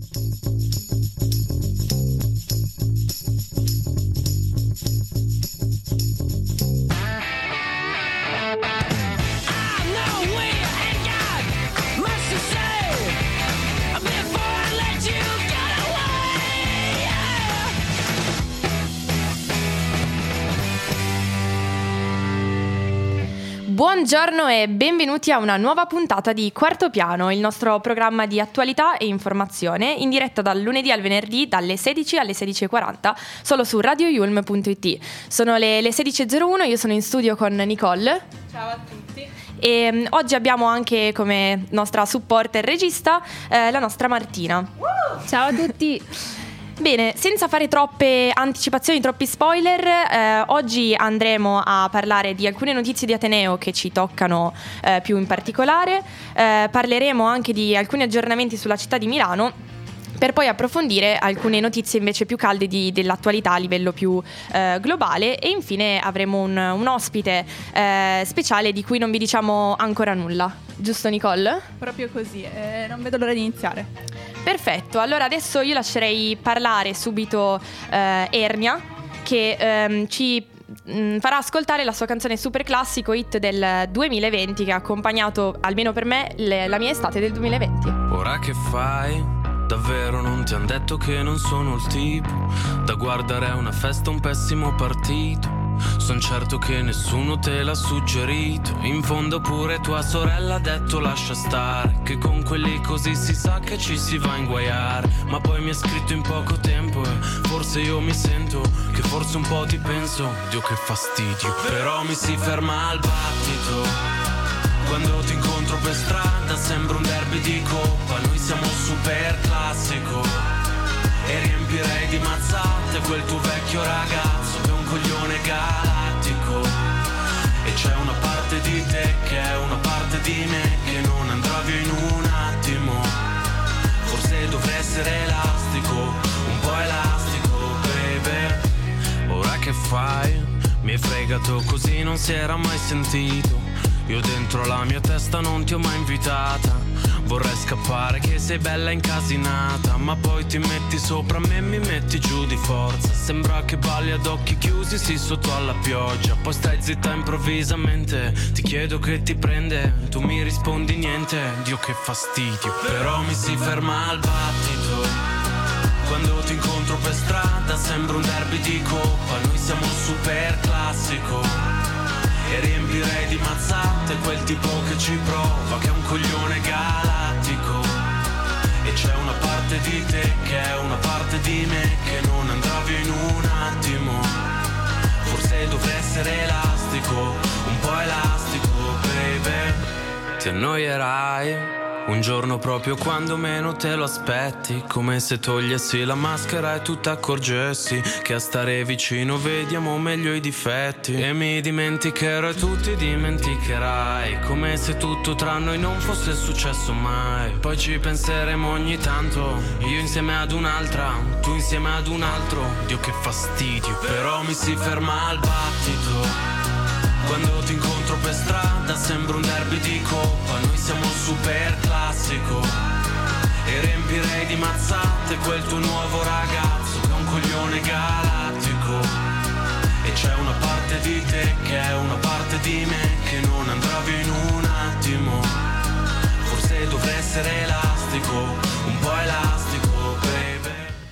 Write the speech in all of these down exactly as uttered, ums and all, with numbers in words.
Buongiorno e benvenuti a una nuova puntata di Quarto Piano, il nostro programma di attualità e informazione in diretta dal lunedì al venerdì dalle sedici alle sedici e quaranta solo su radio yulm punto it. Sono le, le sedici e zero uno, io sono in studio con Nicole. Ciao a tutti. E um, oggi abbiamo anche come nostra supporter regista eh, la nostra Martina. Uh! Ciao a tutti. Bene, senza fare troppe anticipazioni, troppi spoiler, eh, oggi andremo a parlare di alcune notizie di Ateneo che ci toccano eh, più in particolare, eh, parleremo anche di alcuni aggiornamenti sulla città di Milano, per poi approfondire alcune notizie invece più calde di, dell'attualità a livello più eh, globale, e infine avremo un, un ospite eh, speciale di cui non vi diciamo ancora nulla. Giusto, Nicole? Proprio così, eh, non vedo l'ora di iniziare. Perfetto, allora adesso io lascerei parlare subito eh, Ernia, che ehm, ci mh, farà ascoltare la sua canzone super classico hit del duemilaventi, che ha accompagnato, almeno per me, le, la mia estate del duemilaventi. Ora che fai? Davvero non ti han detto che non sono il tipo da guardare a una festa, un pessimo partito. Son certo che nessuno te l'ha suggerito. In fondo pure tua sorella ha detto lascia stare, che con quelli così si sa che ci si va a inguaiare. Ma poi mi ha scritto in poco tempo e forse io mi sento che forse un po' ti penso. Dio che fastidio, però mi si ferma al battito. Quando ti incontro per strada sembra un derby di coppa. Noi siamo super classico e riempirei di mazzate quel tuo vecchio ragazzo che è un coglione galattico. E c'è una parte di te che è una parte di me che non andrà via in un attimo. Forse dovrei essere elastico, un po' elastico, baby. Ora che fai? Mi hai fregato così, non si era mai sentito. Io dentro la mia testa non ti ho mai invitata. Vorrei scappare che sei bella incasinata, ma poi ti metti sopra me e mi metti giù di forza. Sembra che balli ad occhi chiusi, sì, sotto alla pioggia. Poi stai zitta improvvisamente, ti chiedo che ti prende, tu mi rispondi niente. Dio che fastidio, però mi si ferma al battito. Quando ti incontro per strada sembra un derby di coppa. Noi siamo super classico e riempirei di mazzate quel tipo che ci prova, che è un coglione galattico. E c'è una parte di te che è una parte di me che non andrà via in un attimo. Forse dovrei essere elastico, un po' elastico, baby. Ti annoierai un giorno proprio quando meno te lo aspetti, come se togliessi la maschera e tu t'accorgessi che a stare vicino vediamo meglio i difetti. E mi dimenticherò e tu ti dimenticherai, come se tutto tra noi non fosse successo mai. Poi ci penseremo ogni tanto, io insieme ad un'altra, tu insieme ad un altro. Dio che fastidio, però mi si ferma al battito. Quando ti incontro per strada sembra un derby di coppa. Noi siamo super classico e riempirei di mazzate quel tuo nuovo ragazzo che è un coglione galattico. E c'è una parte di te che è una parte di me che non andrà via in un attimo. Forse dovrei essere elastico, un po' elastico, baby.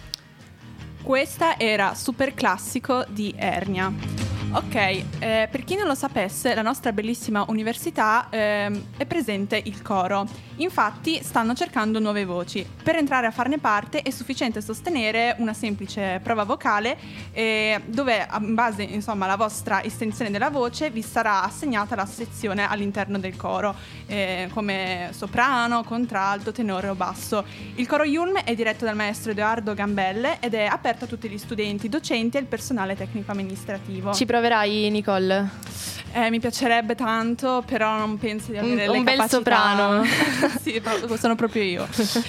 Questa era Super Classico di Ernia. Ok, eh, per chi non lo sapesse, la nostra bellissima università eh, è presente il coro. Infatti stanno cercando nuove voci. Per entrare a farne parte è sufficiente sostenere una semplice prova vocale eh, dove, in base insomma alla vostra estensione della voce, vi sarà assegnata la sezione all'interno del coro, eh, come soprano, contralto, tenore o basso. Il coro Yulm è diretto dal maestro Edoardo Gambelle ed è aperto a tutti gli studenti, docenti e il personale tecnico amministrativo. Ci proverai, Nicole? Eh, mi piacerebbe tanto, però non penso di avere un, le un bel capacità. soprano. Sì, sono proprio io.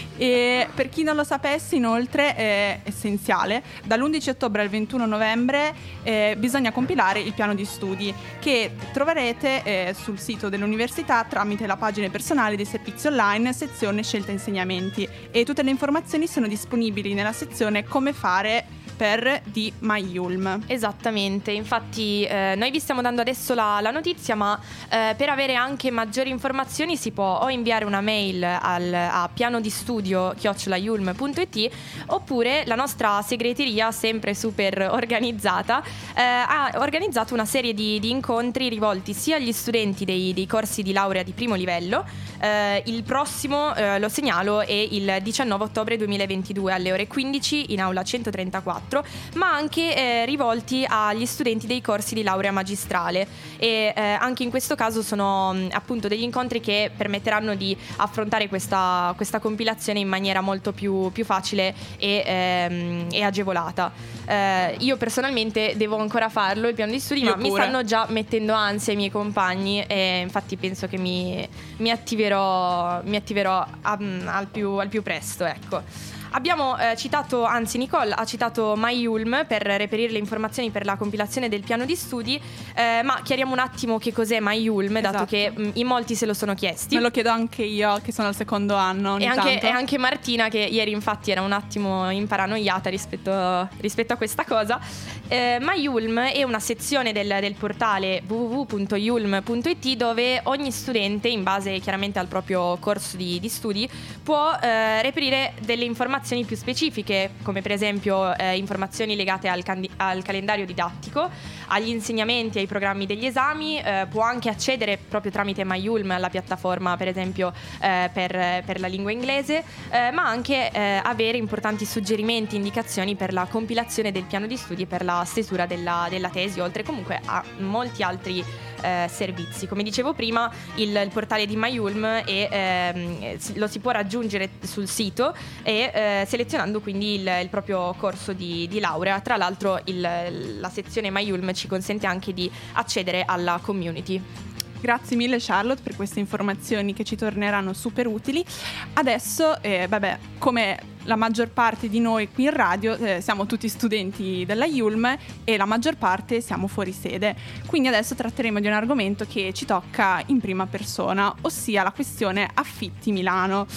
E per chi non lo sapesse, inoltre, è essenziale. Dall'undici ottobre al ventuno novembre eh, bisogna compilare il piano di studi, che troverete eh, sul sito dell'università tramite la pagina personale dei servizi online, sezione scelta insegnamenti. E tutte le informazioni sono disponibili nella sezione come fare per di MyUlm. Esattamente, infatti eh, noi vi stiamo dando adesso la, la notizia, ma eh, per avere anche maggiori informazioni si può o inviare una mail al, a pianodistudio chiocciola iulm punto it, oppure la nostra segreteria, sempre super organizzata, eh, ha organizzato una serie di, di incontri rivolti sia agli studenti dei, dei corsi di laurea di primo livello. Eh, il prossimo, eh, lo segnalo, è il diciannove ottobre duemilaventidue alle ore quindici in aula centotrentaquattro, ma anche eh, rivolti agli studenti dei corsi di laurea magistrale, e eh, anche in questo caso sono mh, appunto degli incontri che permetteranno di affrontare questa, questa compilazione in maniera molto più, più facile e, ehm, e agevolata. Eh, io personalmente devo ancora farlo, il piano di studi, Io ma pure. mi stanno già mettendo ansia i miei compagni, e infatti penso che mi, mi attiverò, mi attiverò a, al, più, al più presto, ecco. Abbiamo eh, citato, anzi Nicole ha citato MyUlm per reperire le informazioni per la compilazione del piano di studi, eh, ma chiariamo un attimo che cos'è MyUlm, Esatto. dato che mh, in molti se lo sono chiesti. Me lo chiedo anche io, che sono al secondo anno ogni E anche, tanto. e anche Martina, che ieri infatti era un attimo imparanoiata rispetto, rispetto a questa cosa. eh, MyUlm è una sezione del, del portale w w w punto iulm punto it, dove ogni studente, in base chiaramente al proprio corso di, di studi, può eh, reperire delle informazioni più specifiche, come per esempio eh, informazioni legate al, candi- al calendario didattico, agli insegnamenti, ai programmi degli esami. Eh, può anche accedere proprio tramite MyUlm alla piattaforma, per esempio eh, per, per la lingua inglese, eh, ma anche eh, avere importanti suggerimenti, indicazioni per la compilazione del piano di studi e per la stesura della, della tesi, oltre comunque a molti altri eh, servizi. Come dicevo prima, il, il portale di MyUlm è, ehm, lo si può raggiungere sul sito e eh, selezionando quindi il, il proprio corso di, di laurea. Tra l'altro il, la sezione MyUlm ci consente anche di accedere alla community. Grazie mille Charlotte per queste informazioni che ci torneranno super utili. Adesso, eh, vabbè, come la maggior parte di noi qui in radio, eh, siamo tutti studenti della Iulm e la maggior parte siamo fuori sede. Quindi adesso tratteremo di un argomento che ci tocca in prima persona, ossia la questione affitti Milano.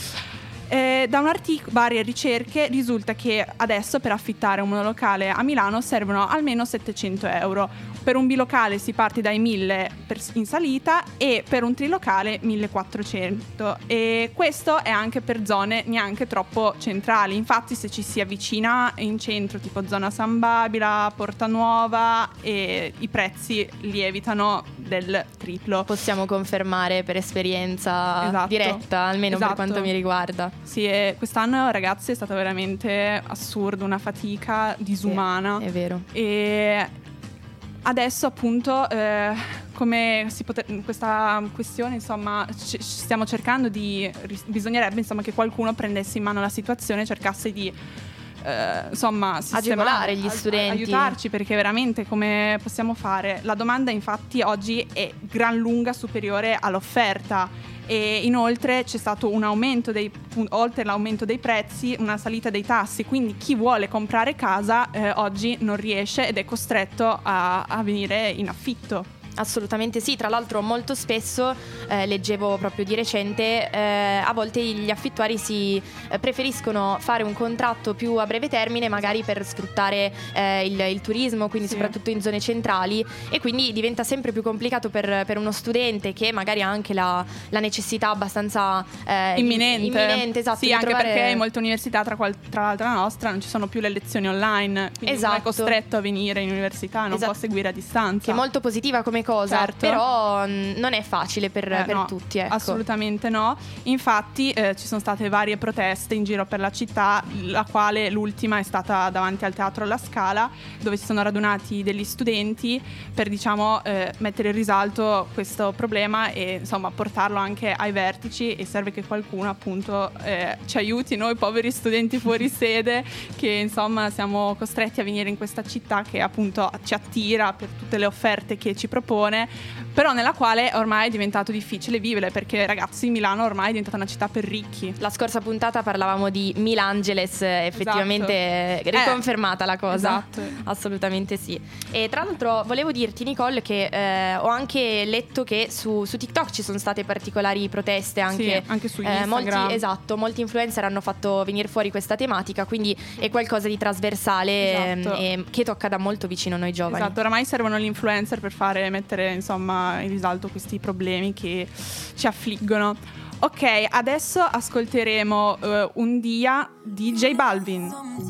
Eh, da un articolo, varie ricerche, risulta che adesso per affittare un monolocale a Milano servono almeno settecento euro. Per un bilocale si parte dai mille per, in salita, e per un trilocale millequattrocento, e questo è anche per zone neanche troppo centrali. Infatti se ci si avvicina in centro, tipo zona San Babila, Porta Nuova, e i prezzi lievitano del triplo. Possiamo confermare per esperienza Esatto. diretta, almeno Esatto. per quanto mi riguarda. Sì, e quest'anno ragazzi è stata veramente assurdo, una fatica disumana. Sì, è vero. E adesso appunto eh, come si pote- questa questione, insomma, c- stiamo cercando di ris- bisognerebbe insomma che qualcuno prendesse in mano la situazione, cercasse di eh, insomma agevolare gli a- studenti, aiutarci, perché veramente come possiamo fare? La domanda infatti oggi è gran lunga superiore all'offerta. E inoltre c'è stato un aumento dei, oltre l'aumento dei prezzi, una salita dei tassi, quindi chi vuole comprare casa eh, oggi non riesce ed è costretto a, a venire in affitto. Assolutamente sì, tra l'altro molto spesso, eh, leggevo proprio di recente, eh, a volte gli affittuari si eh, preferiscono fare un contratto più a breve termine, magari per sfruttare eh, il, il turismo, quindi Sì. soprattutto in zone centrali, e quindi diventa sempre più complicato per, per uno studente che magari ha anche la, la necessità abbastanza eh, Imminente. imminente, esatto, Sì, di anche trovare... perché in molte università, tra, qual- tra l'altro la nostra, non ci sono più le lezioni online, quindi Esatto. uno è costretto a venire in università, non Esatto. può seguire a distanza. Che è molto positiva come cosa, Certo. però mh, non è facile per, Eh, per no, tutti, ecco. assolutamente no. Infatti eh, ci sono state varie proteste in giro per la città, la quale l'ultima è stata davanti al Teatro La Scala, dove si sono radunati degli studenti per, diciamo, eh, mettere in risalto questo problema e insomma portarlo anche ai vertici, e serve che qualcuno appunto eh, ci aiuti noi poveri studenti fuori sede, che insomma siamo costretti a venire in questa città che appunto ci attira per tutte le offerte che ci propone, però nella quale ormai è diventato difficile vivere, perché ragazzi, Milano ormai è diventata una città per ricchi. La scorsa puntata parlavamo di Milangeles, effettivamente esatto. riconfermata eh, la cosa. Esatto. Assolutamente sì. E tra l'altro volevo dirti, Nicole, che eh, ho anche letto che su, su TikTok ci sono state particolari proteste anche, sì, anche su eh, Instagram. molti, esatto, molti influencer hanno fatto venire fuori questa tematica, quindi è qualcosa di trasversale esatto. e che tocca da molto vicino noi giovani. Esatto, oramai servono gli influencer per fare mettere insomma in risalto questi problemi che ci affliggono. Ok, adesso ascolteremo uh, Un dia di J Balvin.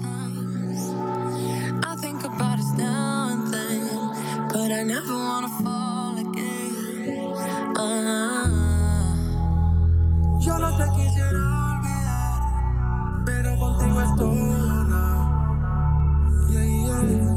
I think about us now and then, but I never wanna fall again. Uh-huh. Yo no te quisiera olvidar, pero contigo es todo now. Yeah, yeah.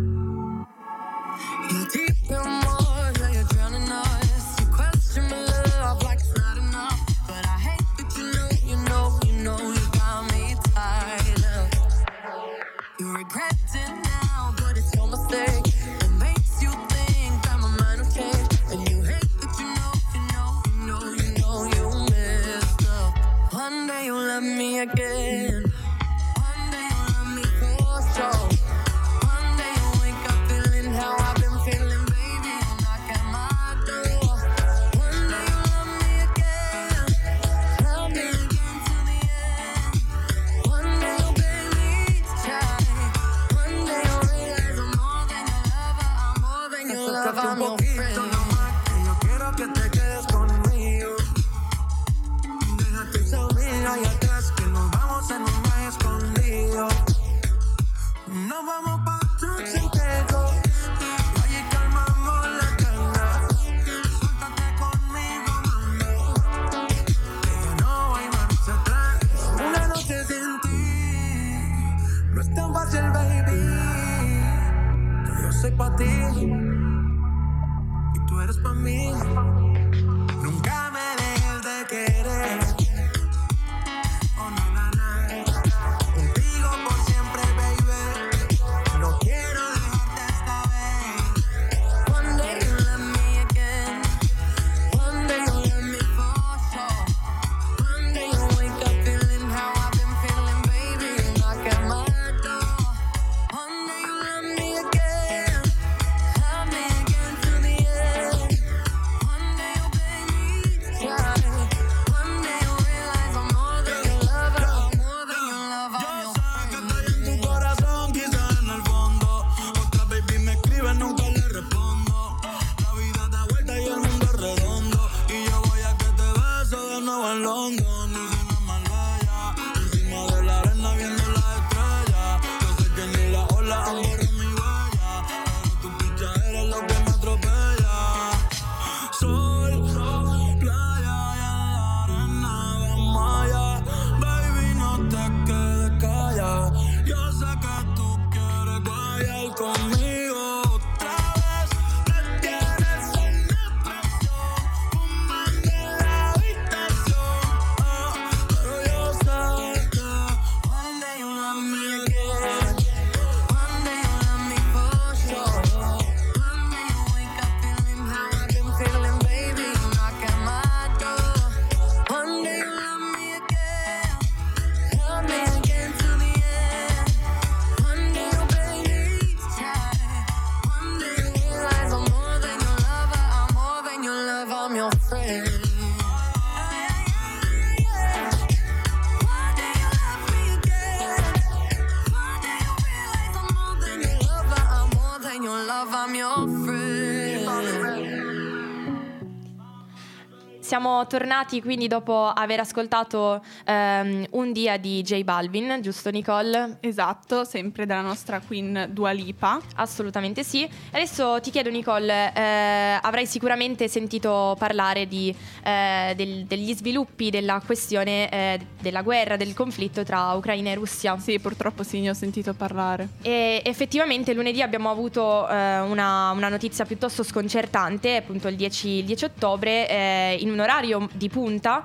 You're deep in more, yeah, you're drowning us. You question my love like it's not enough, but I hate that you know, you know, you know you got me tied up. You regret it now, but it's your mistake. It makes you think that my mind will change, and you hate that you know, you know, you know, you know you messed up. One day you'll love me again. One day you'll love me for sure. One day you'll wake up feeling how I've been feeling, baby. You'll knock at my door. One day you'll love me again. Love me again till the end. One day you'll pay me to try. One day you'll realize I'm more than your lover. I'm more than your lover. I'm your friend. Yo quiero que te quedes conmigo. Deja que esa vida allá atrás, que nos vamos en un viaje escondido. Nos vamos pa' Turks and Caicos, y allí calmamos la cana. Suéltate conmigo, mami, que ya no hay marcha atrás. Una noche sin ti no es tan fácil, baby. Que yo soy pa' ti y tú eres pa' mí. Nunca me dejes de querer. Oh, na, na, na. Contigo por siempre, baby. No quiero dejarte esta vez. One day you'll love me again. One day you'll love me for sure. One day you'll wake up feeling how I've been feeling, baby. You'll knock at my door. One day you'll love me again. Love me again till the end. One day you'll pay me to try. One day you'll realize I'm more than your lover. I'm more than your lover. I'm Yo your sé que friend. estoy en tu corazón, quizás en el fondo. Otra baby me escribe, nunca le respondo. La vida da vuelta y el mundo es redondo. Y yo voy a que te beso de nuevo en London. Y si no es más bella, encima de la arena viendo las estrellas. Yo sé que ni la ola han borrado mi huella, pero tu picha eres lo que me atropella. Sol, playa y en la arena vamos allá. Baby, no te quedes callada. Yo sé que tú quieres guayar conmigo otra vez. Me tienes en depresión, fumando en la habitación. Oh, pero yo sé que One day you'll love me again. One day you'll love me for sure. One day you'll wake up feeling how I've been feeling, baby. You'll knock at my door. One day you'll love me again. Love me again till the end. One day you'll pay me to try. One day you'll realize I'm more than your lover. I'm more than your lover. I'm your friend. One day you'll love me again. One day you'll realize I'm more than your lover. I'm more than your lover. I'm your friend. Siamo tornati quindi dopo aver ascoltato ehm, Un dia di J Balvin, giusto Nicole? Esatto, sempre dalla nostra queen Dua Lipa. Assolutamente sì. Adesso ti chiedo Nicole, eh, avrai sicuramente sentito parlare di, eh, del- degli sviluppi della questione eh, della guerra, del conflitto tra Ucraina e Russia. Sì, purtroppo sì, ne ho sentito parlare. E effettivamente lunedì abbiamo avuto eh, una, una notizia piuttosto sconcertante, appunto il dieci, il dieci ottobre, eh, in un orario di punta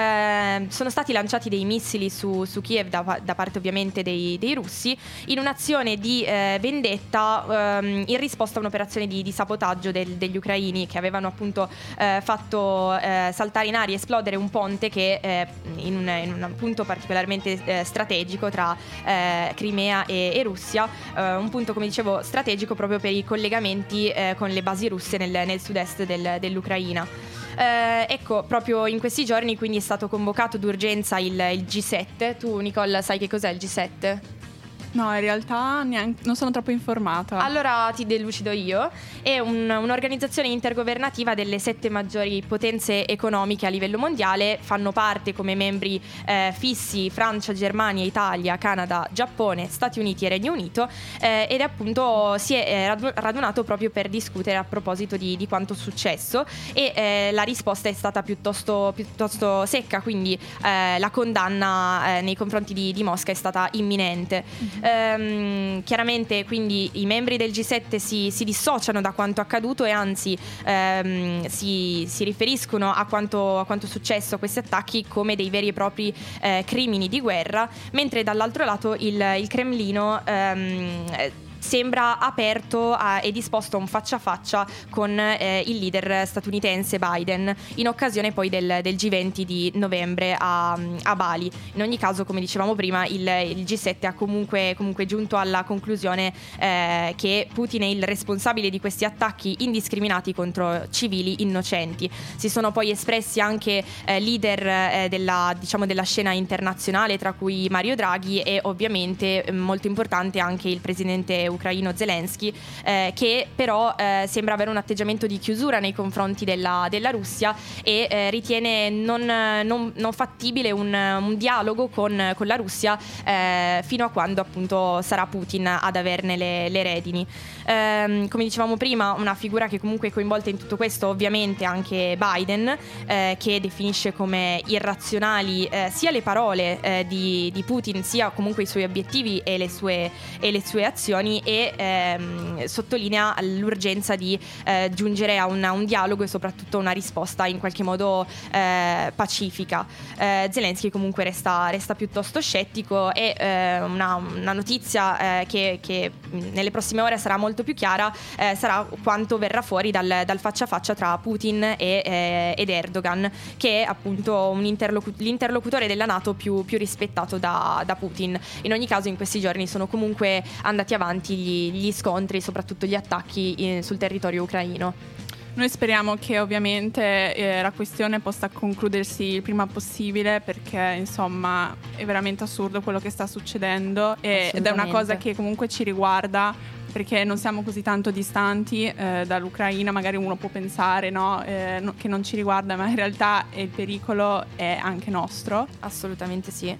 eh, sono stati lanciati dei missili su, su Kiev da, da parte ovviamente dei, dei russi, in un'azione di eh, vendetta ehm, in risposta a un'operazione di, di sabotaggio del, degli ucraini, che avevano appunto eh, fatto eh, saltare in aria, esplodere un ponte che eh, in, un, in un punto particolarmente eh, strategico tra eh, Crimea e, e Russia, eh, un punto, come dicevo, strategico proprio per i collegamenti eh, con le basi russe nel, nel sud-est del, dell'Ucraina. Eh, ecco, proprio in questi giorni quindi è stato convocato d'urgenza il, il G sette. Tu, Nicole, sai che cos'è il G sette? No, in realtà neanche, non sono troppo informata. Allora ti delucido io. È un, un'organizzazione intergovernativa delle sette maggiori potenze economiche a livello mondiale. Fanno parte come membri eh, fissi Francia, Germania, Italia, Canada, Giappone, Stati Uniti e Regno Unito, eh, ed appunto si è eh, radunato proprio per discutere a proposito di, di quanto successo, e eh, la risposta è stata piuttosto, piuttosto secca, quindi eh, la condanna eh, nei confronti di, di Mosca è stata imminente. Mm-hmm. Ehm, chiaramente quindi i membri del G sette si, si dissociano da quanto accaduto e anzi ehm, si, si riferiscono a quanto, a quanto successo a questi attacchi come dei veri e propri eh, crimini di guerra, mentre dall'altro lato il, il Cremlino ehm, sembra aperto a, e disposto a un faccia a faccia con eh, il leader statunitense Biden, in occasione poi del, del G venti di novembre a, a Bali. In ogni caso, come dicevamo prima, il, il G sette ha comunque, comunque giunto alla conclusione eh, che Putin è il responsabile di questi attacchi indiscriminati contro civili innocenti. Si sono poi espressi anche eh, leader eh, della, diciamo, della scena internazionale, tra cui Mario Draghi e ovviamente eh, molto importante anche il presidente ucraino Zelensky, eh, che però eh, sembra avere un atteggiamento di chiusura nei confronti della, della Russia e eh, ritiene non, non, non fattibile un, un dialogo con, con la Russia eh, fino a quando appunto sarà Putin ad averne le, le redini. Eh, come dicevamo prima, una figura che comunque è coinvolta in tutto questo ovviamente anche Biden, eh, che definisce come irrazionali eh, sia le parole eh, di, di Putin sia comunque i suoi obiettivi e le sue, e le sue azioni, e ehm, sottolinea l'urgenza di eh, giungere a, una, un dialogo e soprattutto una risposta in qualche modo eh, pacifica. eh, Zelensky comunque resta, resta piuttosto scettico e eh, una, una notizia eh, che, che nelle prossime ore sarà molto più chiara eh, sarà quanto verrà fuori dal, dal faccia a faccia tra Putin e, eh, ed Erdogan, che è appunto un interlocu- l'interlocutore della NATO più, più rispettato da, da Putin. In ogni caso in questi giorni sono comunque andati avanti Gli, gli scontri, soprattutto gli attacchi in, sul territorio ucraino. Noi speriamo che ovviamente eh, la questione possa concludersi il prima possibile, perché insomma è veramente assurdo quello che sta succedendo e, ed è una cosa che comunque ci riguarda, perché non siamo così tanto distanti eh, dall'Ucraina. Magari uno può pensare no, eh, no, che non ci riguarda, ma in realtà il pericolo è anche nostro. Assolutamente sì.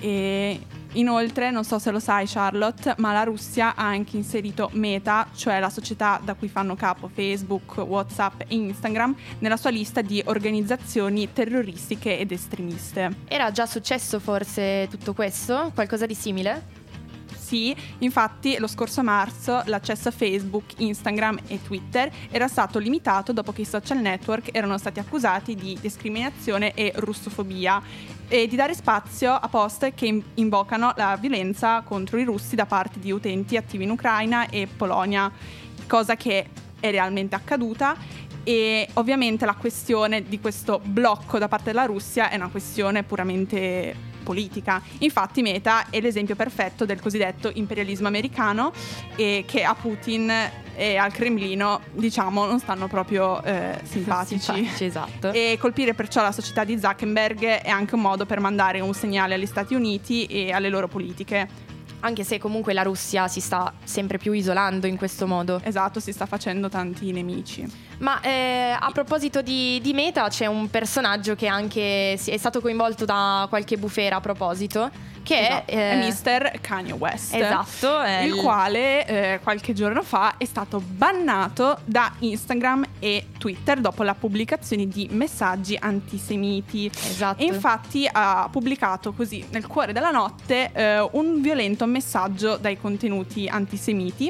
E inoltre, non so se lo sai Charlotte, ma la Russia ha anche inserito Meta, cioè la società da cui fanno capo Facebook, WhatsApp e Instagram, nella sua lista di organizzazioni terroristiche ed estremiste. Era già successo forse tutto questo? Qualcosa di simile? Sì, infatti lo scorso marzo l'accesso a Facebook, Instagram e Twitter era stato limitato dopo che i social network erano stati accusati di discriminazione e russofobia e di dare spazio a post che invocano la violenza contro i russi da parte di utenti attivi in Ucraina e Polonia, cosa che è realmente accaduta. E ovviamente la questione di questo blocco da parte della Russia è una questione puramente politica. Infatti Meta è l'esempio perfetto del cosiddetto imperialismo americano, e che a Putin e al Cremlino diciamo non stanno proprio eh, simpatici. simpatici esatto. E colpire perciò la società di Zuckerberg è anche un modo per mandare un segnale agli Stati Uniti e alle loro politiche. Anche se comunque la Russia si sta sempre più isolando in questo modo. Esatto, si sta facendo tanti nemici. Ma eh, a proposito di, di Meta, c'è un personaggio che anche è stato coinvolto da qualche bufera a proposito, che esatto. è, eh, è mister Kanye West. Esatto. Il l- quale eh, qualche giorno fa è stato bannato da Instagram e Twitter dopo la pubblicazione di messaggi antisemiti. Esatto. E infatti ha pubblicato così nel cuore della notte eh, un violento messaggio dai contenuti antisemiti,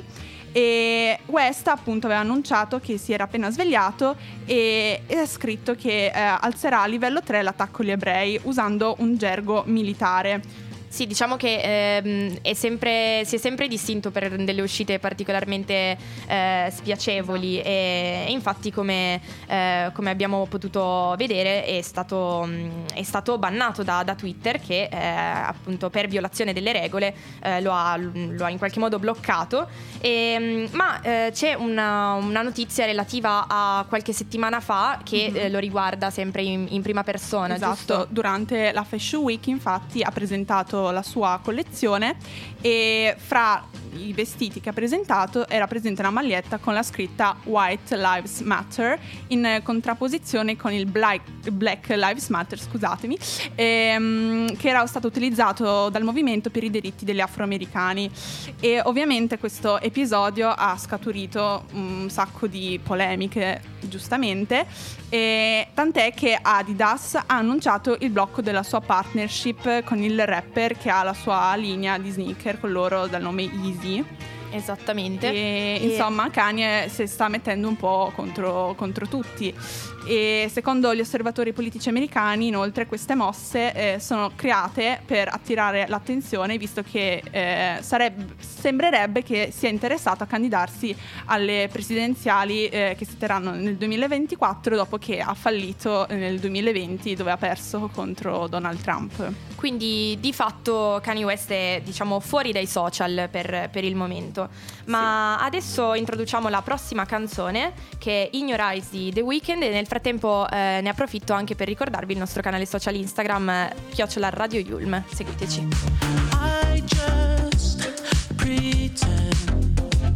E West appunto aveva annunciato che si era appena svegliato e, e ha scritto che eh, alzerà a livello tre l'attacco agli ebrei usando un gergo militare. Sì, diciamo che ehm, è sempre, si è sempre distinto per delle uscite particolarmente eh, spiacevoli e, e infatti come, eh, come abbiamo potuto vedere è stato, mh, è stato bannato da, da Twitter che eh, appunto per violazione delle regole eh, lo, ha, lo ha in qualche modo bloccato e, mh, ma eh, c'è una, una notizia relativa a qualche settimana fa che mm-hmm. eh, lo riguarda sempre in, in prima persona. Esatto, giusto? Durante la Fashion Week infatti ha presentato la sua collezione e fra i vestiti che ha presentato era presente una maglietta con la scritta White Lives Matter in contrapposizione con il Black, Black Lives Matter, scusatemi, ehm, che era stato utilizzato dal movimento per i diritti degli afroamericani. E ovviamente questo episodio ha scaturito un sacco di polemiche, giustamente, e tant'è che Adidas ha annunciato il blocco della sua partnership con il rapper che ha la sua linea di sneaker con loro dal nome Yeezy. Esattamente. E, e... insomma Kanye si sta mettendo un po' contro, contro tutti e secondo gli osservatori politici americani inoltre queste mosse eh, sono create per attirare l'attenzione visto che eh, sarebbe, sembrerebbe che sia interessato a candidarsi alle presidenziali eh, che si terranno nel duemilaventiquattro dopo che ha fallito nel duemilaventi dove ha perso contro Donald Trump. Quindi di fatto Kanye West è diciamo fuori dai social per, per il momento. Ma sì. Adesso introduciamo la prossima canzone che è In Your Eyes di The Weeknd e nel frattempo eh, ne approfitto anche per ricordarvi il nostro canale social Instagram chiocciola Radio Yulm. Seguiteci. I just pretend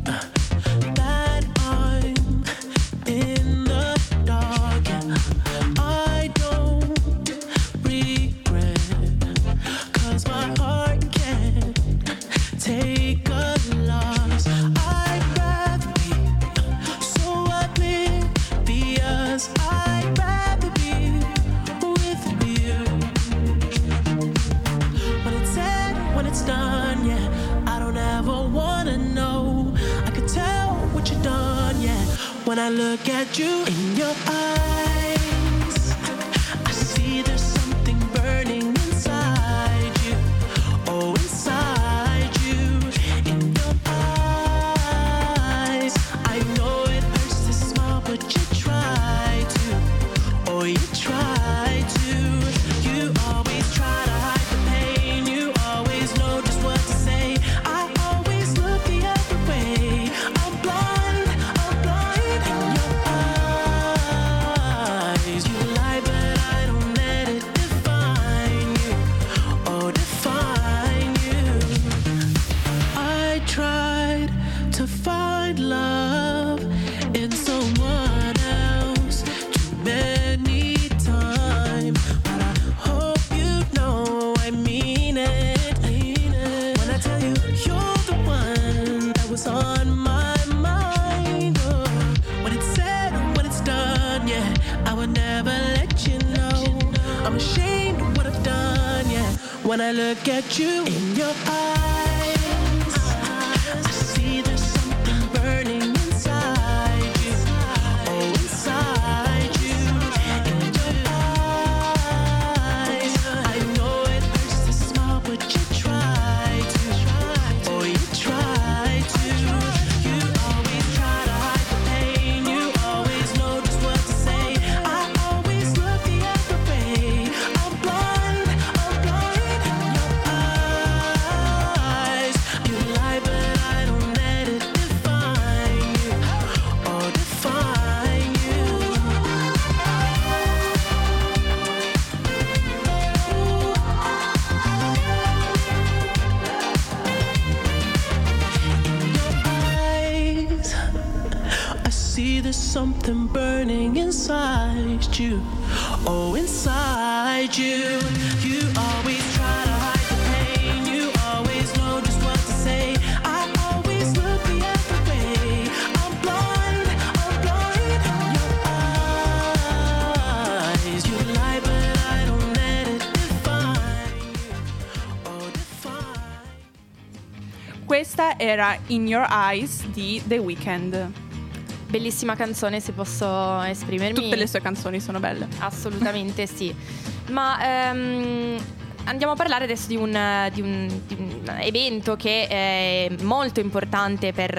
that I'm in the dark and I don't regret 'cause my heart can't take a loss. I'd rather be so oblivious. I'd rather be with you. When it's said, when it's done, yeah, I don't ever wanna know. I could tell what you've done, yeah. When I look at you in your eyes, I see there's something burning inside you. Oh, inside you, in your eyes. I know it hurts to smile, but you try to. Oh, you try to. You always try to hide the pain. You always know just what to say. I always look the other way. I'm blind, I'm blind in your eyes. You lie, but I don't let it define you. Oh, define you. I tried to find love in someone else too many times, but I hope you know I mean it. When I tell you you're the one that was on my mind, oh, when it's said, when it's done, yeah, I would never let you know. I'm ashamed of what I've done, yeah. When I look at you in your eyes, I see there's something burning inside you. Oh, inside you, in your eyes. I know it hurts to smile, but you try to. Oh, you try to. You always try to hide the pain. You always know just what to say. I always look the other way. I'm blind, I'm blind in your eyes. You lie, but I don't let it define you. Oh, define you. In your eyes, I see there's something burning inside you. Oh, inside you. You always try to hide the pain. You always know just what to say. I always look the other way. I'm blind, I'm blind in your eyes. You lie, but I don't let it define you. Oh, define. Questa era In Your Eyes di The Weeknd. Bellissima canzone, se posso esprimermi. Tutte le sue canzoni sono belle. Assolutamente sì. Ma ehm, andiamo a parlare adesso di un, di, un, di un evento che è molto importante per,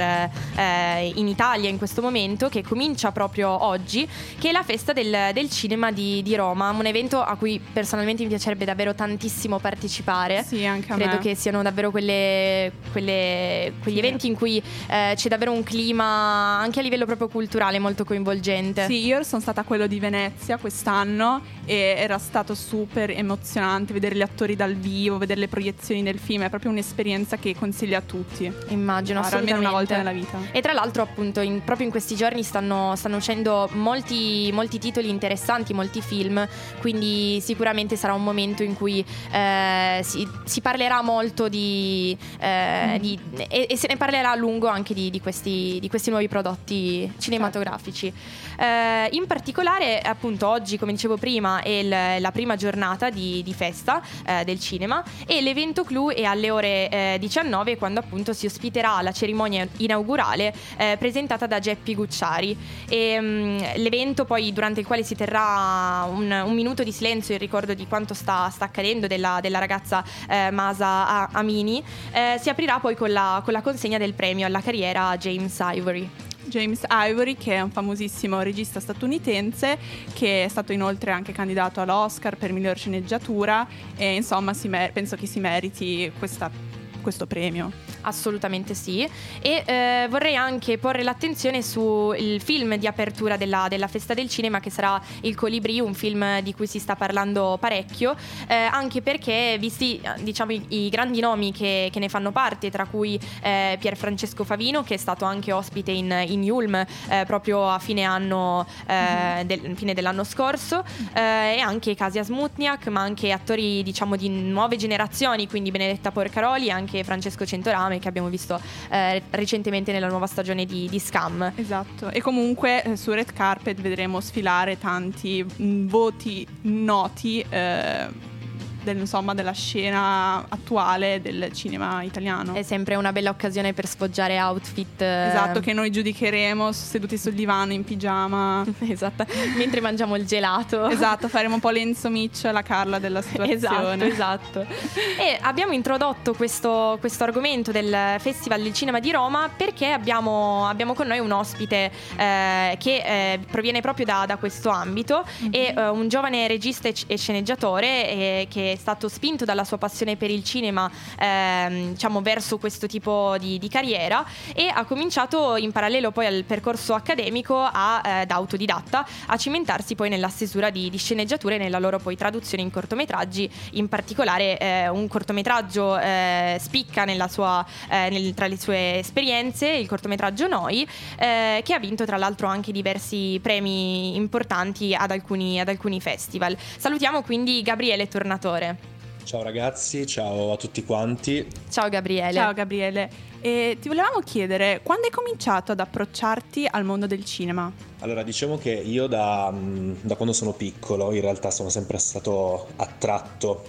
eh, in Italia in questo momento, che comincia proprio oggi, che è la festa del, del cinema di, di Roma. Un evento a cui personalmente mi piacerebbe davvero tantissimo partecipare. Sì, anche a Credo me. che siano davvero quelle, quelle, quegli Sì. eventi in cui eh, c'è davvero un clima anche a livello proprio culturale molto coinvolgente. Sì, io sono stata a quello di Venezia quest'anno e era stato super emozionante vedere gli attori dal vivo, vedere le proiezioni del film. È proprio un'esperienza che consiglio a tutti. Immagino, Fare almeno una volta nella assolutamente. vita. E tra l'altro appunto in- proprio in questi giorni stanno, stanno uscendo molti, molti titoli interessanti, molti film, quindi sicuramente sarà un momento in cui eh, si, si parlerà molto di, eh, di- e, e se ne parlerà a lungo anche di, di questi, di questi nuovi prodotti cinematografici. Eh, in particolare appunto oggi, come dicevo prima, è il- la prima giornata di, di festa eh, del cinema, e l'evento clou è alle ore eh, diciannove, quando appunto si ospiterà la cerimonia inaugurale eh, presentata da Geppi Gucciari. E, mm, l'evento poi, durante il quale si terrà un, un minuto di silenzio in ricordo di quanto sta, sta accadendo della, della ragazza eh, Masa A- Amini, eh, si aprirà poi con la, con la consegna del premio alla carriera a James Ivory. James Ivory, che è un famosissimo regista statunitense, che è stato inoltre anche candidato all'Oscar per miglior sceneggiatura, e insomma si mer- penso che si meriti questa- questo premio. Assolutamente sì. E eh, vorrei anche porre l'attenzione sul film di apertura della, della festa del cinema, che sarà Il Colibrì, un film di cui si sta parlando parecchio, eh, anche perché visti eh, diciamo i, i grandi nomi che, che ne fanno parte, tra cui eh, Pier Francesco Favino, che è stato anche ospite in, in Yulm eh, proprio a fine anno eh, del, fine dell'anno scorso, eh, e anche Kasia Smutniak, ma anche attori diciamo di nuove generazioni, quindi Benedetta Porcaroli e anche Francesco Centorame, che abbiamo visto eh, recentemente nella nuova stagione di, di Scam. Esatto, e comunque eh, su Red Carpet vedremo sfilare tanti mh, voti noti eh, del- insomma, della scena attuale del cinema italiano. È sempre una bella occasione per sfoggiare outfit. eh, Esatto, che noi giudicheremo seduti sul divano in pigiama. esatto, mentre mangiamo il gelato. Esatto, faremo un po' l'Enzo Mitch la Carla della situazione. Esatto, esatto. E abbiamo introdotto questo, questo argomento del Festival del Cinema di Roma perché abbiamo, abbiamo con noi un ospite eh, che eh, proviene proprio da, da questo ambito. Mhm. È eh, un giovane regista e c- e sceneggiatore eh, che è stato spinto dalla sua passione per il cinema ehm, diciamo verso questo tipo di, di carriera, e ha cominciato in parallelo poi al percorso accademico a, eh, da autodidatta a cimentarsi poi nella stesura di, di sceneggiature e nella loro poi traduzione in cortometraggi. In particolare eh, un cortometraggio eh, spicca nella sua, eh, nel- tra le sue esperienze, il cortometraggio Noi, eh, che ha vinto tra l'altro anche diversi premi importanti ad alcuni, ad alcuni festival. Salutiamo quindi Gabriele Tornatore. Ciao ragazzi, ciao a tutti quanti. Ciao Gabriele. Ciao Gabriele, e ti volevamo chiedere quando hai cominciato ad approcciarti al mondo del cinema? Allora, diciamo che io da, da quando sono piccolo in realtà sono sempre stato attratto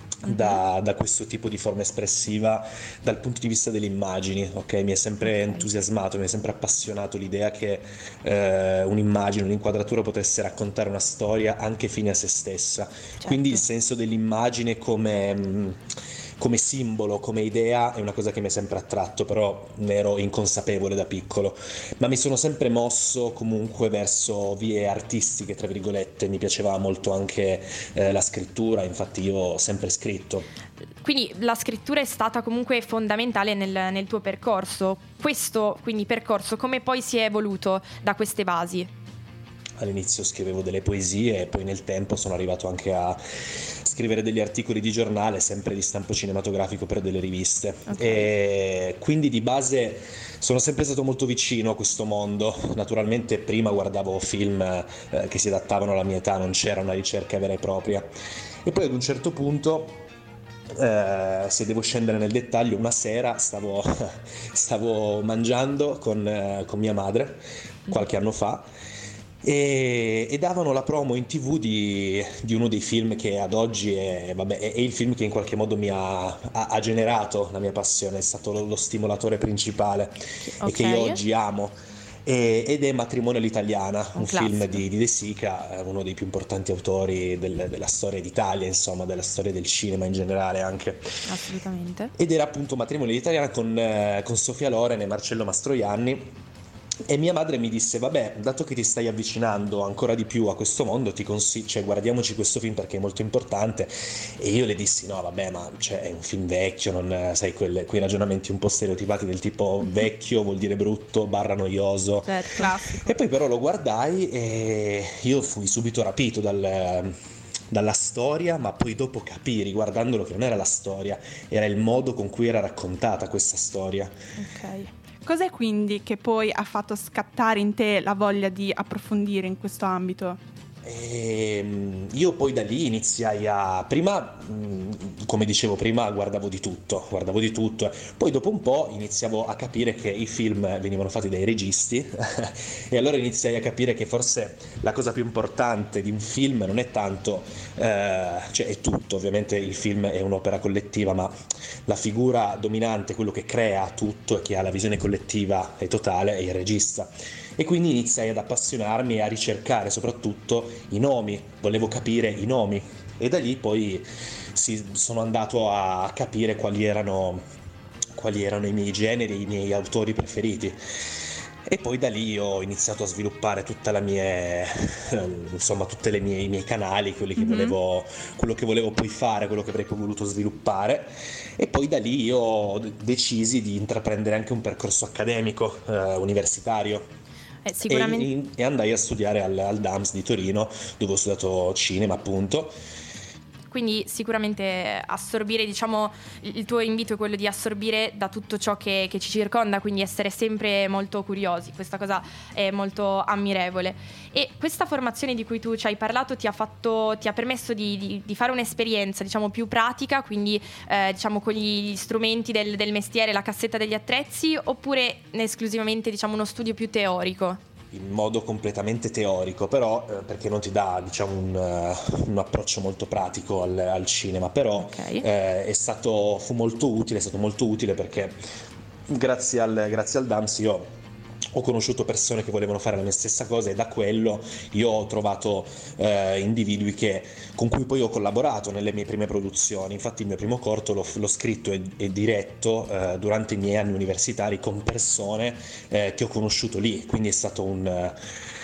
da, da questo tipo di forma espressiva dal punto di vista delle immagini, ok? Mi è sempre entusiasmato, mi è sempre appassionato l'idea che eh, un'immagine, un'inquadratura potesse raccontare una storia anche fine a se stessa. Quindi il senso dell'immagine come, mh, come simbolo, come idea è una cosa che mi è sempre attratto, però ne ero inconsapevole da piccolo. Ma mi sono sempre mosso comunque verso vie artistiche, tra virgolette. Mi piaceva molto anche eh, la scrittura, infatti io ho sempre scritto. Quindi la scrittura è stata comunque fondamentale nel, nel tuo percorso. Questo quindi percorso come poi si è evoluto da queste basi? All'inizio scrivevo delle poesie e poi nel tempo sono arrivato anche a scrivere degli articoli di giornale, sempre di stampo cinematografico per delle riviste. Okay. E quindi di base sono sempre stato molto vicino a questo mondo. Naturalmente prima guardavo film eh, che si adattavano alla mia età, non c'era una ricerca vera e propria. E poi ad un certo punto, eh, se devo scendere nel dettaglio, una sera stavo, stavo mangiando con, eh, con mia madre qualche anno fa. e, e davano la promo in tv di, di uno dei film che ad oggi è, vabbè, è, è il film che in qualche modo mi ha, ha, ha generato la mia passione, è stato lo, lo stimolatore principale Ok. e che io oggi amo. E- ed è Matrimonio all'italiana, Un un, classico. film di, di De Sica, eh, uno dei più importanti autori del- della storia d'Italia, insomma, della storia del cinema in generale anche. Assolutamente. Ed era appunto Matrimonio all'italiana con, eh, con Sofia Loren e Marcello Mastroianni. E mia madre mi disse: vabbè, dato che ti stai avvicinando ancora di più a questo mondo, ti consiglio, cioè, guardiamoci questo film perché è molto importante. E io le dissi: no, vabbè, ma cioè, è un film vecchio, non sai, quelle- quei ragionamenti un po' stereotipati del tipo vecchio vuol dire brutto, barra noioso. Certo. Classico. E poi però lo guardai e io fui subito rapito dal- dalla storia, ma poi dopo capii, riguardandolo, che non era la storia, era il modo con cui era raccontata questa storia. Ok. Cos'è quindi che poi ha fatto scattare in te la voglia di approfondire in questo ambito? E io poi da lì iniziai a, prima, mh, come dicevo prima, guardavo di tutto, guardavo di tutto, poi dopo un po' iniziavo a capire che i film venivano fatti dai registi e allora iniziai a capire che forse la cosa più importante di un film non è tanto, eh, cioè è tutto, ovviamente il film è un'opera collettiva, ma la figura dominante, quello che crea tutto e che ha la visione collettiva e totale, è il regista. E quindi iniziai ad appassionarmi e a ricercare soprattutto i nomi, volevo capire i nomi e da lì poi si, sono andato a capire quali erano, quali erano i miei generi, i miei autori preferiti. E poi da lì ho iniziato a sviluppare tutta la mia, insomma, tutti i miei canali, quelli che Mhm. volevo, quello che volevo poi fare, quello che avrei poi voluto sviluppare. E poi da lì io decisi di intraprendere anche un percorso accademico, eh, universitario. Eh, sicuramente. E, e andai a studiare al, al D A M S di Torino, dove ho studiato cinema, appunto. Quindi sicuramente assorbire, diciamo, il il tuo invito è quello di assorbire da tutto ciò che, che ci circonda, quindi essere sempre molto curiosi, questa cosa è molto ammirevole. E questa formazione di cui tu ci hai parlato ti ha fatto, ti ha permesso di, di- di fare un'esperienza, diciamo, più pratica, quindi eh, diciamo con gli strumenti del, del mestiere, la cassetta degli attrezzi, oppure esclusivamente, diciamo, uno studio più teorico? In modo completamente teorico, però eh, perché non ti dà, diciamo, un, eh, un approccio molto pratico al, al cinema, però Ok. eh, è stato, fu molto utile, è stato molto utile perché grazie al, grazie al D A M S io ho conosciuto persone che volevano fare la mia stessa cosa e da quello io ho trovato eh, individui che, con cui poi ho collaborato nelle mie prime produzioni. Infatti il mio primo corto l'ho, l'ho scritto e, e diretto eh, durante i miei anni universitari con persone eh, che ho conosciuto lì, quindi è stato un eh,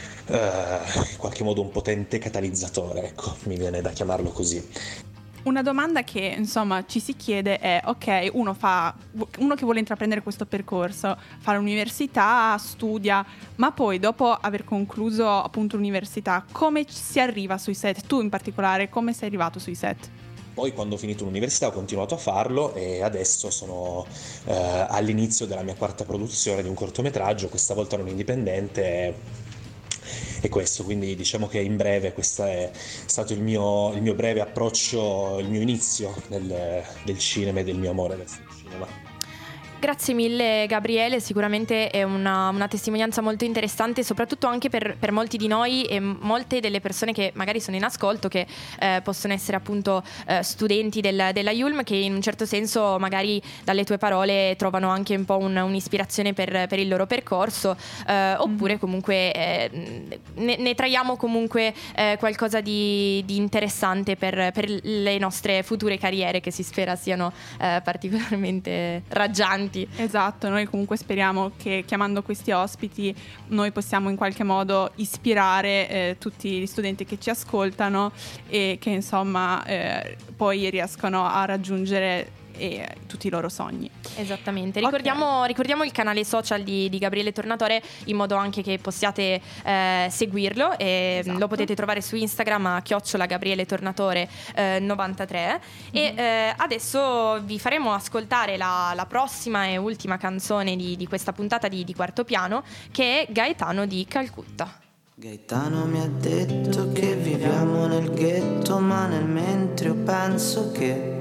in qualche modo un potente catalizzatore, ecco, mi viene da chiamarlo così. Una domanda che insomma ci si chiede è: ok, uno fa uno che vuole intraprendere questo percorso, fa l'università, studia, ma poi dopo aver concluso appunto l'università, come ci si arriva sui set? Tu in particolare, come sei arrivato sui set? Poi quando ho finito l'università ho continuato a farlo e adesso sono eh, all'inizio della mia quarta produzione di un cortometraggio, questa volta non indipendente. E questo, quindi diciamo che in breve questo è stato il mio, il mio breve approccio, il mio inizio del, del cinema e del mio amore verso il cinema. Grazie mille Gabriele, sicuramente è una, una testimonianza molto interessante, soprattutto anche per, per molti di noi e molte delle persone che magari sono in ascolto, che eh, possono essere appunto eh, studenti del- della I U L M, che in un certo senso magari dalle tue parole trovano anche un po' un- un'ispirazione per, per il loro percorso, eh, oppure comunque eh, ne, ne traiamo comunque eh, qualcosa di, di interessante per, per le nostre future carriere, che si spera siano eh, particolarmente raggianti. Esatto, noi comunque speriamo che chiamando questi ospiti noi possiamo in qualche modo ispirare eh, tutti gli studenti che ci ascoltano e che insomma eh, poi riescano a raggiungere eh, tutti i loro sogni. Esattamente, Ok. ricordiamo, ricordiamo il canale social di, di Gabriele Tornatore, in modo anche che possiate eh, seguirlo e Esatto. lo potete trovare su Instagram a chiocciola Gabriele Tornatore eh, novantatré. E eh, adesso vi faremo ascoltare la, la prossima e ultima canzone di, di questa puntata di, di Quarto Piano, che è Gaetano di Calcutta. Gaetano mi ha detto che viviamo nel ghetto, ma nel mentre io penso che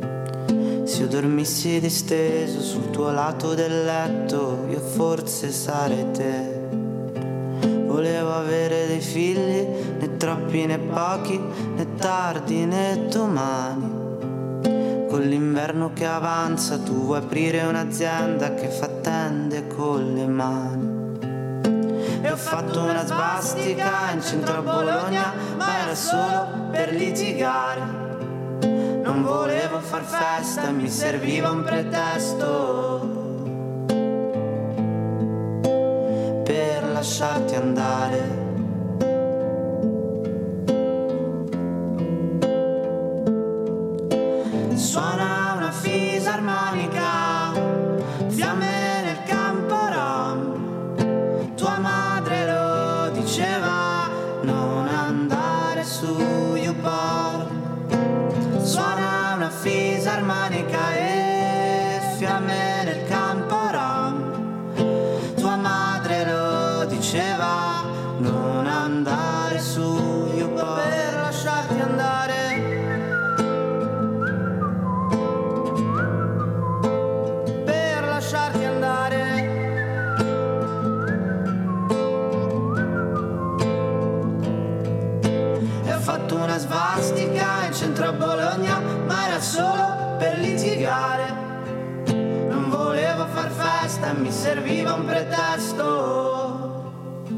se io dormissi disteso sul tuo lato del letto, io forse sarei te. volevo avere dei figli, né troppi né pochi, né tardi né domani. Con l'inverno che avanza tu vuoi aprire un'azienda che fa tende con le mani. E ho fatto una svastica in centro a Bologna, ma era solo per litigare. Non volevo far festa, mi serviva un pretesto per lasciarti andare. Suona una fisarmonica, fiamme nel campo rom. Tua madre lo diceva, non andare su YouPorn. Suona una fisarmonica e fiamme nel campo rom. Tua madre lo diceva, non andare su YouPorn per lasciarti andare. Lasciarti andare. E ho fatto una svastica in centro a Bologna, ma era solo per litigare. Non volevo far festa, mi serviva un pretesto.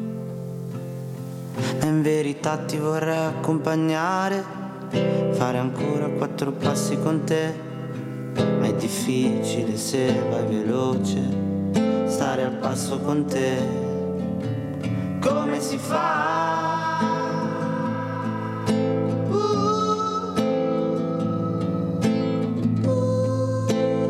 E in verità ti vorrei accompagnare, fare ancora quattro passi con te. Ma è difficile se vai veloce, stare al passo con te. Come si fa? Uh, uh.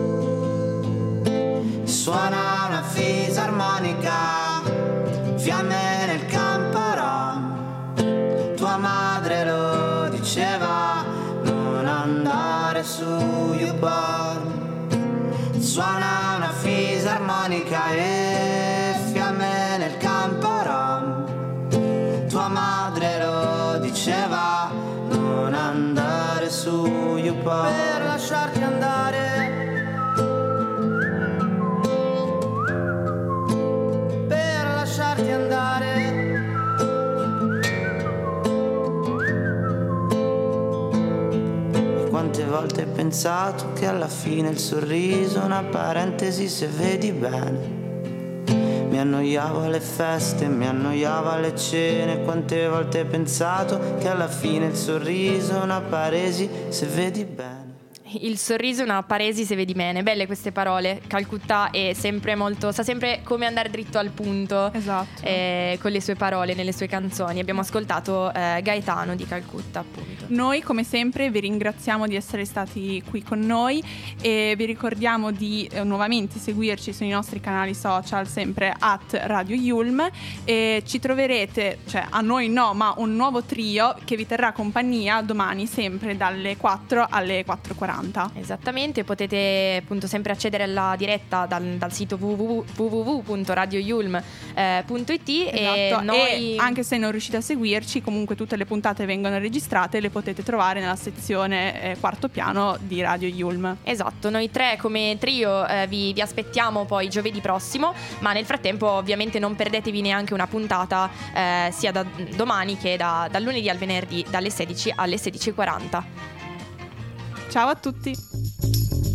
Suona una fisarmonica, fiamme nel campo rom. Tua madre lo diceva, non andare su YouPorn. Suona una fisarmonica e fiamme nel campo rom. Tua madre lo diceva, non andare su YouPorn per lasciarti andare. Per lasciarti andare. Quante volte hai pensato che alla fine il sorriso è una parentesi se vedi bene. Mi annoiavo alle feste, mi annoiavo alle cene. Quante volte hai pensato che alla fine il sorriso è una paresi se vedi bene. Il sorriso è una paresi se vedi bene. Belle queste parole. Calcutta è sempre molto, sa sempre come andare dritto al punto. Esatto. eh, Con le sue parole, nelle sue canzoni. Abbiamo ascoltato eh, Gaetano di Calcutta, appunto. Noi come sempre vi ringraziamo di essere stati qui con noi e vi ricordiamo di eh, nuovamente seguirci sui nostri canali social, sempre at Radio Yulm, e ci troverete, cioè a noi no, ma un nuovo trio che vi terrà compagnia domani sempre dalle quattro alle quattro e quaranta. Esattamente, potete appunto sempre accedere alla diretta dal, dal sito w w w punto radio yulm punto i t. Esatto. E noi, e anche se non riuscite a seguirci, comunque tutte le puntate vengono registrate e le potete trovare nella sezione eh, quarto piano di Radio Yulm. Esatto, noi tre come trio eh, vi, vi aspettiamo poi giovedì prossimo, ma nel frattempo ovviamente non perdetevi neanche una puntata eh, sia da domani che da, dal lunedì al venerdì dalle sedici alle sedici e quaranta. Ciao a tutti.